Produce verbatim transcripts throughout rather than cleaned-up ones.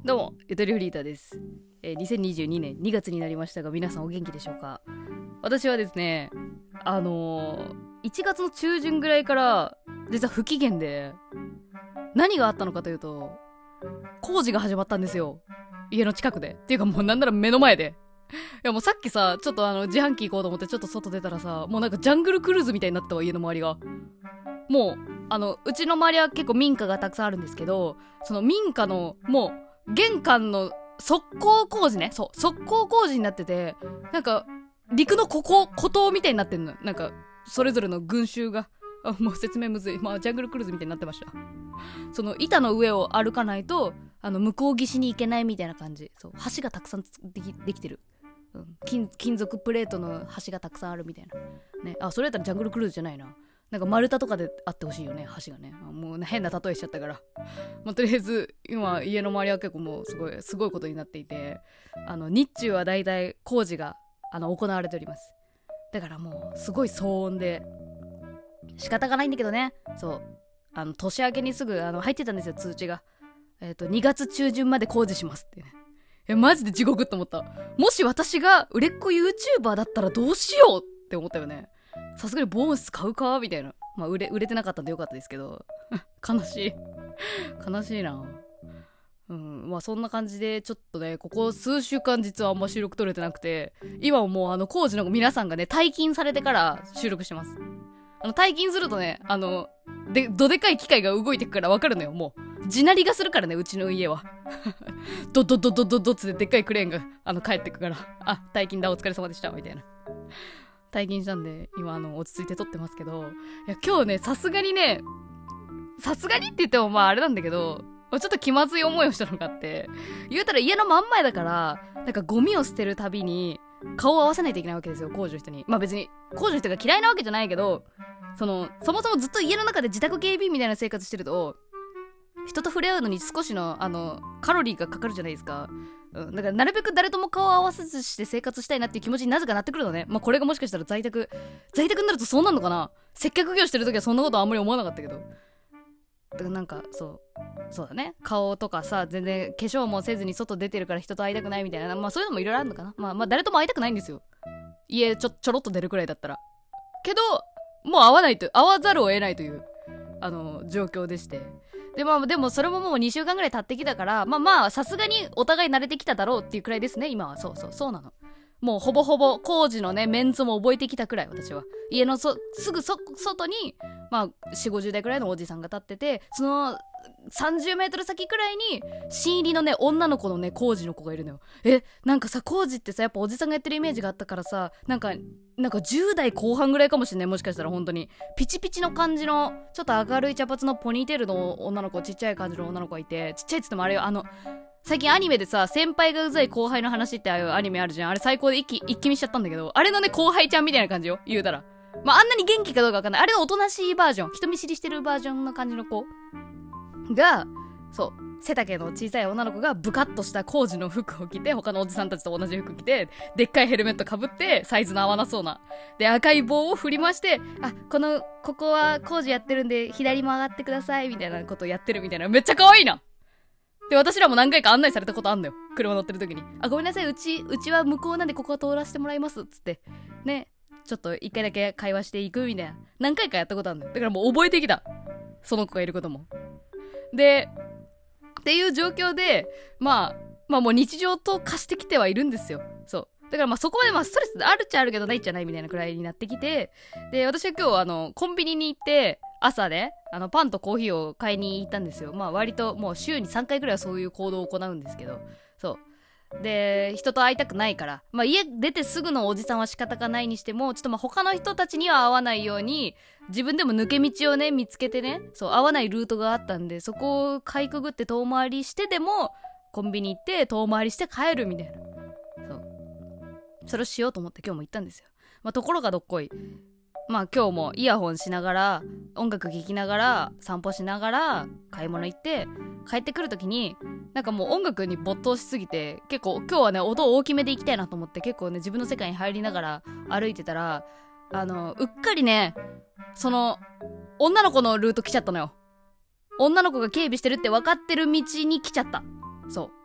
どうも、ゆとりフリーターです。えー、にせんにじゅうにねんにがつになりましたが、皆さんお元気でしょうか？私はですね、あのー、いちがつの中旬ぐらいから実は不機嫌で、何があったのかというと、工事が始まったんですよ。家の近くで。っていうかもうなんなら目の前で。いやもうさっきさ、ちょっとあの自販機行こうと思ってちょっと外出たらさ、もうなんかジャングルクルーズみたいになったわ、家の周りが。もう、あの、うちの周りは結構民家がたくさんあるんですけど、その民家のもう、玄関の側溝工事ね。そう。側溝工事になってて、なんか、陸のここ、孤島みたいになってんの。なんか、それぞれの群衆が。あ、もう説明むずい。まあ、ジャングルクルーズみたいになってました。その、板の上を歩かないと、あの、向こう岸に行けないみたいな感じ。そう。橋がたくさんでき、できてる。うん。金、金属プレートの橋がたくさんあるみたいな。ね。あ、それやったらジャングルクルーズじゃないな。なんか丸太とかであってほしいよね、橋がね。もう変な例えしちゃったから。まあ、とりあえず、今、家の周りは結構もうすごい、すごいことになっていて、あの、日中はだいたい工事が、あの、行われております。だからもう、すごい騒音で、仕方がないんだけどね。そう。あの、年明けにすぐ、あの、入ってたんですよ、通知が。えっと、にがつちゅうじゅんまで工事しますってね。え、マジで地獄って思った。もし私が売れっ子 YouTuber だったらどうしようって思ったよね。さすがにボーンス買うかみたいな。まあ売れ、売れてなかったんでよかったですけど。悲しい。悲しいな。うん。まあそんな感じで、ちょっとね、ここ数週間実はあんま収録取れてなくて、今はもうあの工事の皆さんがね、退勤されてから収録してます。あの、退勤するとね、あの、で、どでかい機械が動いてくからわかるのよ、もう。地鳴りがするからね、うちの家は。ドドドドドドつってでっかいクレーンが、あの、帰ってくから、あ、退勤だ、お疲れ様でした、みたいな。退勤したんで、今あの、落ち着いて撮ってますけど、いや、今日ね、さすがにね、さすがにって言ってもまああれなんだけど、ちょっと気まずい思いをしたのがあって、言うたら家の真ん前だから、なんかゴミを捨てるたびに、顔を合わせないといけないわけですよ、工事の人に。まあ別に、工事の人が嫌いなわけじゃないけど、その、そもそもずっと家の中で自宅警備員みたいな生活してると、人と触れ合うのに少しの、あの、カロリーがかかるじゃないですか。うん。だからなるべく誰とも顔を合わせずして生活したいなっていう気持ちになぜかなってくるのね。まあこれがもしかしたら在宅、在宅になるとそうなるのかな？接客業してるときはそんなことはあんまり思わなかったけど。だからなんか、そう、そうだね。顔とかさ、全然化粧もせずに外出てるから人と会いたくないみたいな。まあそういうのもいろいろあるのかな。まあまあ誰とも会いたくないんですよ。家ちょ、ちょろっと出るくらいだったら。けど、もう会わないと、会わざるを得ないという、あの、状況でして。で、まあ、でもそれももうにしゅうかんぐらい経ってきたから、まあまあ、さすがにお互い慣れてきただろうっていうくらいですね、今は。そうそう、そうなの。もうほぼほぼ工事のね、メンツも覚えてきたくらい、私は。家のそ、すぐそ、外に、まあ、よんじゅう、ごじゅう代くらいのおじさんが立ってて、その、さんじゅうメートル先くらいに、新入りのね、女の子のね、工事の子がいるのよ。え、なんかさ、工事ってさ、やっぱおじさんがやってるイメージがあったからさ、なんか、なんかじゅう代後半ぐらいかもしれない、もしかしたら本当に。ピチピチの感じの、ちょっと明るい茶髪のポニーテールの女の子、ちっちゃい感じの女の子がいて、ちっちゃいっつってもあれよ、あの、最近アニメでさ、先輩がうざい後輩の話ってああいうアニメあるじゃん。あれ最高で一気、一気見しちゃったんだけど、あれのね、後輩ちゃんみたいな感じよ、言うたら。まあ、あんなに元気かどうかわかんない。あれのおとなしいバージョン、人見知りしてるバージョンの感じの子が、そう、背丈の小さい女の子がブカッとした工事の服を着て、他のおじさんたちと同じ服着て、でっかいヘルメットかぶって、サイズの合わなそうな。で、赤い棒を振り回して、あ、この、ここは工事やってるんで、左曲がってください、みたいなことをやってるみたいな。めっちゃ可愛いな。で、私らも何回か案内されたことあんのよ。車乗ってる時に。あ、ごめんなさい、うち、うちは向こうなんでここは通らせてもらいます、つって。ね。ちょっと一回だけ会話していくみたいな。何回かやったことあるんだよ。だからもう覚えてきた。その子がいることも。で、っていう状況で、まあ、まあもう日常と化してきてはいるんですよ。そう。だからまあそこまでまあストレスあるっちゃあるけどないっちゃないみたいなくらいになってきて、で、私は今日あの、コンビニに行って、朝ね、あの、パンとコーヒーを買いに行ったんですよ。まあ割ともう週にさんかいくらいはそういう行動を行うんですけど、そう。で、人と会いたくないから、まあ家出てすぐのおじさんは仕方がないにしても、ちょっとまあ他の人たちには会わないように、自分でも抜け道をね、見つけてね、そう、会わないルートがあったんで、そこをかいくぐって遠回りしてでも、コンビニ行って遠回りして帰るみたいな。そう。それをしようと思って今日も行ったんですよ。まあところがどっこい。まあ今日もイヤホンしながら、音楽聴きながら、散歩しながら、買い物行って、帰ってくるときに、なんかもう音楽に没頭しすぎて、結構今日はね、音大きめで行きたいなと思って、結構ね、自分の世界に入りながら歩いてたら、あの、うっかりね、その、女の子のルート来ちゃったのよ。女の子が警備してるって分かってる道に来ちゃった。そう。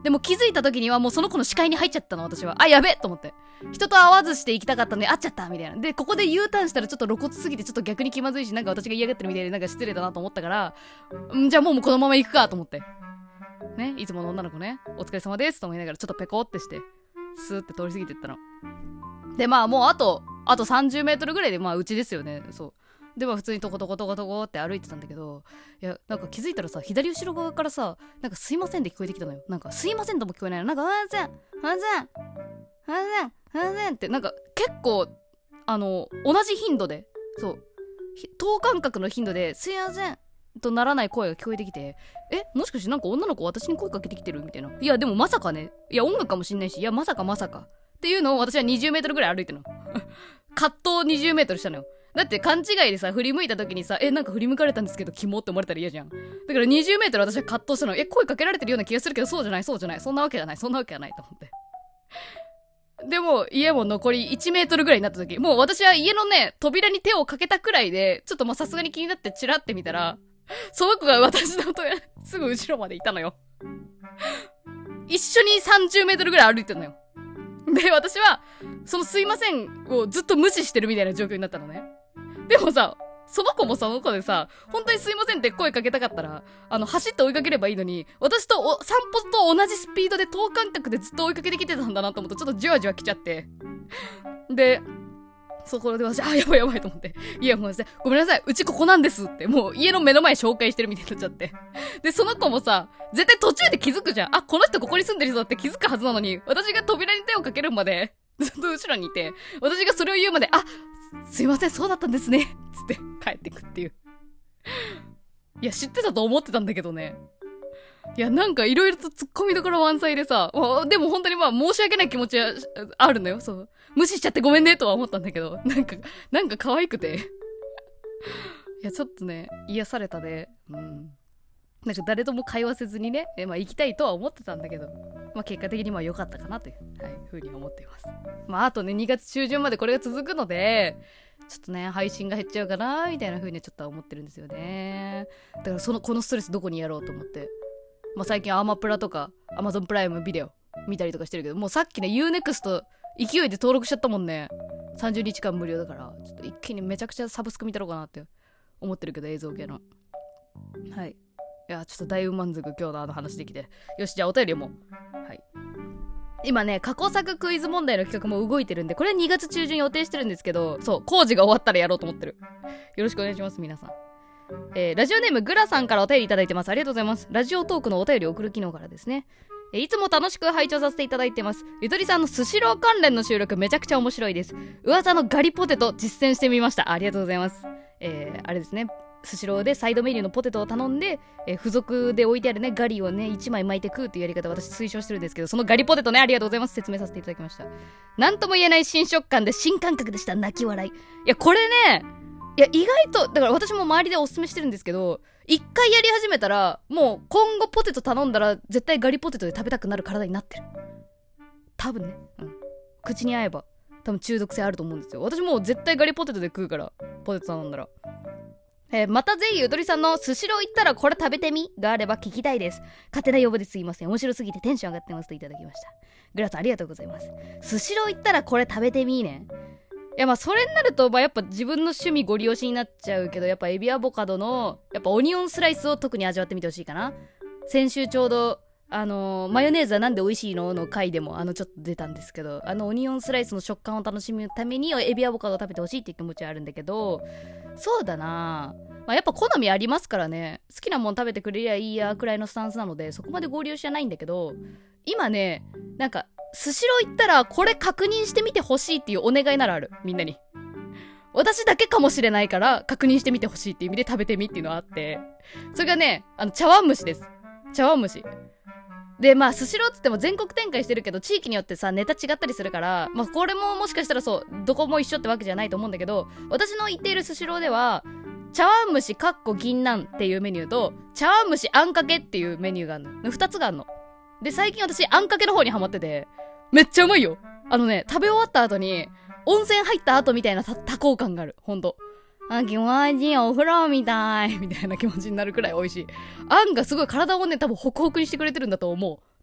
でも気づいた時にはもうその子の視界に入っちゃったの、私は。あ、やべと思って。人と会わずして行きたかったんで会っちゃったみたいな。で、ここで U ターンしたらちょっと露骨すぎてちょっと逆に気まずいし、なんか私が嫌がってるみたいでなんか失礼だなと思ったから、んじゃあもうこのまま行くかと思って。ね、いつもの女の子ね、お疲れ様ですと思いながらちょっとペコってして、スーって通り過ぎてったの。で、まあもうあと、あとさんじゅうメートルぐらいでまあうちですよね、そう。でまあ普通にトコトコトコトコって歩いてたんだけど、いやなんか気づいたらさ、左後ろ側からさ、なんかすいませんって聞こえてきたのよ。なんかすいませんとも聞こえないの。なんかすいませんすいませんすいませんすいませんってなんか結構あの同じ頻度で、そう等間隔の頻度ですいませんとならない声が聞こえてきて、えもしかしてなんか女の子私に声かけてきてるみたいな。いやでもまさかね、いや音楽かもしんないし、いやまさかまさかっていうのを私はにじゅうメートルぐらい歩いてるの葛藤にじゅうメートルしたのよ。だって勘違いでさ、振り向いた時にさ、え、なんか振り向かれたんですけど、キモって思われたら嫌じゃん。だからにじゅうメートル私は葛藤したの。え、声かけられてるような気がするけど、そうじゃない、そうじゃない、そんなわけじゃない、そんなわけじゃないと思って。でも、家も残りいちメートルぐらいになった時、もう私は家のね、扉に手をかけたくらいで、ちょっとまあさすがに気になってチラって見たら、その子が私の扉、すぐ後ろまでいたのよ。一緒にさんじゅうメートルぐらい歩いてんのよ。で、私は、そのすいませんをずっと無視してるみたいな状況になったのね。でもさ、その子もその子でさ、本当にすいませんって声かけたかったら、あの、走って追いかければいいのに、私とお散歩と同じスピードで等間隔でずっと追いかけてきてたんだなと思うと、ちょっとじわじわ来ちゃって。で、そこで私、あ、やばいやばいと思って。いや、もうさ、ごめんなさい、うちここなんですって、もう家の目の前紹介してるみたいになっちゃって。で、その子もさ、絶対途中で気づくじゃん。あ、この人ここに住んでる人だって気づくはずなのに、私が扉に手をかけるまで、ずっと後ろにいて、私がそれを言うまで、あ、すいません、そうだったんですね。つって帰ってくっていう。いや、知ってたと思ってたんだけどね。いや、なんかいろいろと突っ込みどころ満載でさ、でも本当にまあ申し訳ない気持ちはあるのよ。そう。無視しちゃってごめんねとは思ったんだけど、なんか、なんか可愛くて。いや、ちょっとね、癒されたで、うん。なんか誰とも会話せずにね、えまあ行きたいとは思ってたんだけど、まあ結果的にまあ良かったかなという、はい、ふうに思っています。まああとね、にがつ中旬までこれが続くので、ちょっとね、配信が減っちゃうかなみたいな風にちょっと思ってるんですよね。だからその、このストレスどこにやろうと思って。まあ最近アマプラとか、アマゾンプライムビデオ見たりとかしてるけど、もうさっきね、ユーネクスト 勢いで登録しちゃったもんね。さんじゅうにちかん無料だから、ちょっと一気にめちゃくちゃサブスク見たろうかなって思ってるけど、映像系の。はい。いや、ちょっと大満足、今日のあの話できて。よし、じゃあお便りも。はい。今ね、過去作クイズ問題の企画も動いてるんで、これにがつ中旬予定してるんですけど、そう、工事が終わったらやろうと思ってる。よろしくお願いします、皆さん。えー、ラジオネームグラさんからお便りいただいてます。ありがとうございます。ラジオトークのお便りを送る機能からですね。えー、いつも楽しく拝聴させていただいてます。ゆとりさんのスシロー関連の収録めちゃくちゃ面白いです。噂のガリポテト実践してみました。ありがとうございます。えー、あれですね。スシローでサイドメニューのポテトを頼んで、えー、付属で置いてあるねガリをねいちまい巻いて食うっていうやり方を私推奨してるんですけど、そのガリポテトね、ありがとうございます。説明させていただきました。なんとも言えない新食感で新感覚でした。泣き笑い。いやこれね、いや意外とだから私も周りでおすすめしてるんですけど、一回やり始めたらもう今後ポテト頼んだら絶対ガリポテトで食べたくなる体になってる。多分ね、うん、口に合えば多分中毒性あると思うんですよ。私もう絶対ガリポテトで食うから、ポテト頼んだら。えー、またぜひゆとりさんのスシロー行ったらこれ食べてみがあれば聞きたいです。勝手な呼ぶですいません。面白すぎてテンション上がってますといただきました。グラスありがとうございます。スシロー行ったらこれ食べてみね。いやまあそれになるとまあやっぱ自分の趣味ご利用しになっちゃうけど、やっぱエビアボカドのやっぱオニオンスライスを特に味わってみてほしいかな。先週ちょうどあのー、マヨネーズはなんで美味しいのの回でもあのちょっと出たんですけど、あのオニオンスライスの食感を楽しむためにエビアボカドを食べてほしいっていう気持ちはあるんだけど、そうだなまあ、やっぱ好みありますからね。好きなもん食べてくれりゃいいやくらいのスタンスなのでそこまで合流しはないんだけど、今ねなんかスシロー行ったらこれ確認してみてほしいっていうお願いならある。みんなに私だけかもしれないから確認してみてほしいっていう意味で食べてみっていうのがあって、それがねあの茶碗蒸しです。茶碗蒸しで、まあスシローっつっても全国展開してるけど地域によってさネタ違ったりするから、まあこれももしかしたらそうどこも一緒ってわけじゃないと思うんだけど、私の行っているスシローでは茶碗蒸しかっこ銀杏っていうメニューと茶碗蒸しあんかけっていうメニューがあるの。二つがあるの。で最近私あんかけの方にハマっててめっちゃうまいよ。あのね食べ終わった後に温泉入った後みたいな多幸感がある。ほんとあ気持ちいいお風呂みたいみたいな気持ちになるくらい美味しい。あんがすごい体をね多分ホクホクにしてくれてるんだと思う。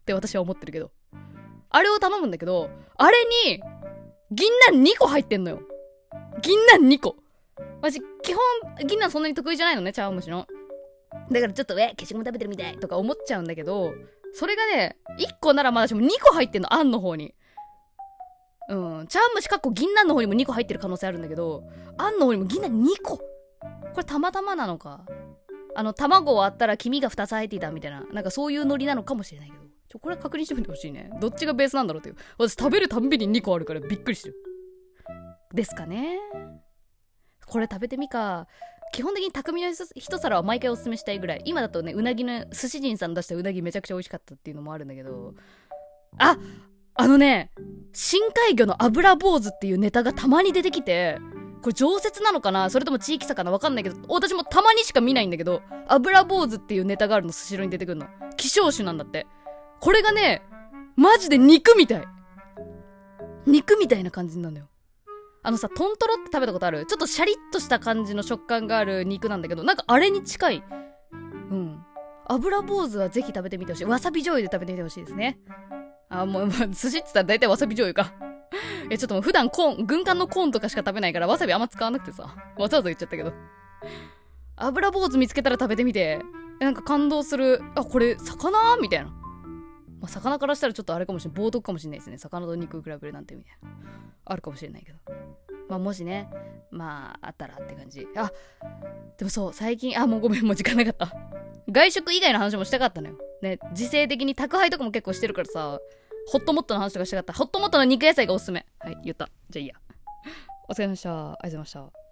って私は思ってるけど。あれを頼むんだけど、あれに、銀杏にこ入ってんのよ。銀杏にこ。私、基本、銀杏そんなに得意じゃないのね、茶碗蒸しの。だからちょっと、え、消しゴム食べてるみたいとか思っちゃうんだけど、それがね、いっこならまだしもにこ入ってんの、あんの方に。うん。茶碗蒸しかっこ銀杏の方にもにこ入ってる可能性あるんだけど、あんの方にも銀杏にこ。これたまたまなのか。あの、卵を割ったら黄身がふたつ入っていたみたいな、なんかそういうノリなのかもしれないけど。ちょ、これ確認してみてほしいね。どっちがベースなんだろうっていう。私食べるたんびににこあるからびっくりしてる。ですかね。これ食べてみか。基本的に匠の一皿は毎回おすすめしたいぐらい。今だとね、うなぎの寿司人さん出したうなぎめちゃくちゃ美味しかったっていうのもあるんだけど。ああのね、深海魚の油坊主っていうネタがたまに出てきて、これ常設なのかな、それとも地域差かな、わかんないけど、私もたまにしか見ないんだけど、油坊主っていうネタがあるの、スシローに出てくるの。希少種なんだって。これがね、マジで肉みたい。肉みたいな感じなのよ。あのさ、トントロって食べたことある？ちょっとシャリッとした感じの食感がある肉なんだけど、なんかあれに近い。うん。油坊主はぜひ食べてみてほしい。わさび醤油で食べてみてほしいですね。あ、もう、寿司って言ったら大体わさび醤油か。え、ちょっともう普段コーン、軍艦のコーンとかしか食べないからわさびあんま使わなくてさ。わざわざ言っちゃったけど。油坊主見つけたら食べてみて。なんか感動する。あ、これ、魚みたいな。まあ、魚からしたらちょっとあれかもしれない。冒涜かもしれないですね。魚と肉比べるなんてみたいな。あるかもしれないけど。まあ、もしね、まあ、あったらって感じ。あ、でもそう、最近、あ、もうごめん、もう時間なかった。外食以外の話もしたかったのよ。ね、時勢的に宅配とかも結構してるからさ、ホットモットの話とかしたかった。ホットモットの肉野菜がおすすめ。はい、言った。じゃあいいや。お疲れ様でした。ありがとうございました。